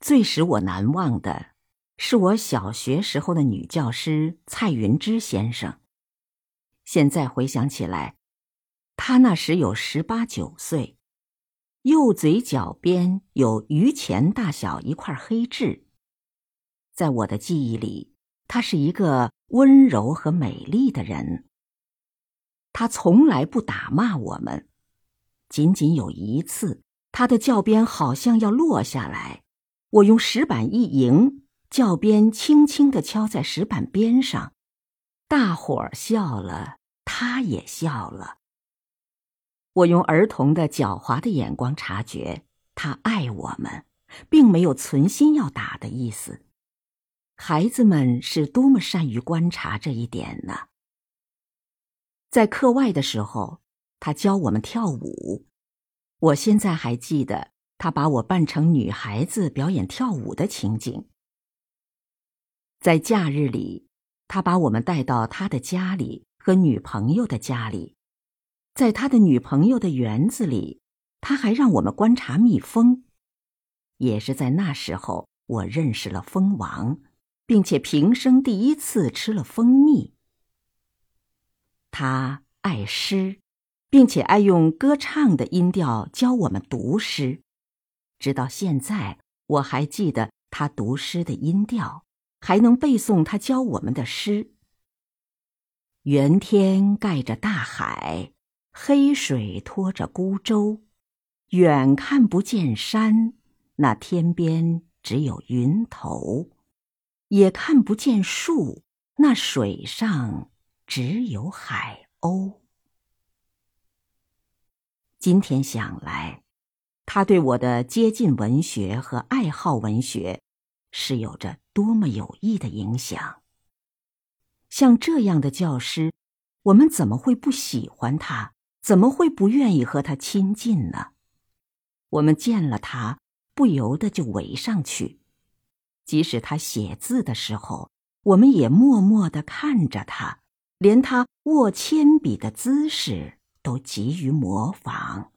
最使我难忘的是我小学时候的女教师蔡云之先生。现在回想起来，他那时有18、19岁，右嘴角边有榆钱大小一块黑痣。在我的记忆里，他是一个温柔和美丽的人。他从来不打骂我们，仅仅有一次，他的教鞭好像要落下来，我用石板一迎，教鞭轻轻地敲在石板边上，大伙儿笑了，他也笑了。我用儿童的狡猾的眼光察觉，他爱我们，并没有存心要打的意思。孩子们是多么善于观察这一点呢？在课外的时候，他教我们跳舞。我现在还记得他把我扮成女孩子表演跳舞的情景。在假日里，他把我们带到他的家里和女朋友的家里。在他的女朋友的园子里，他还让我们观察蜜蜂。也是在那时候，我认识了蜂王，并且平生第一次吃了蜂蜜。他爱诗，并且爱用歌唱的音调教我们读诗。直到现在，我还记得他读诗的音调，还能背诵他教我们的诗。圆天盖着大海，黑水拖着孤舟，远看不见山，那天边只有云头，也看不见树，那水上只有海鸥。今天想来，他对我的接近文学和爱好文学是有着多么有益的影响。像这样的教师，我们怎么会不喜欢他？怎么会不愿意和他亲近呢？我们见了他，不由得就围上去。即使他写字的时候，我们也默默地看着他，连他握铅笔的姿势都急于模仿。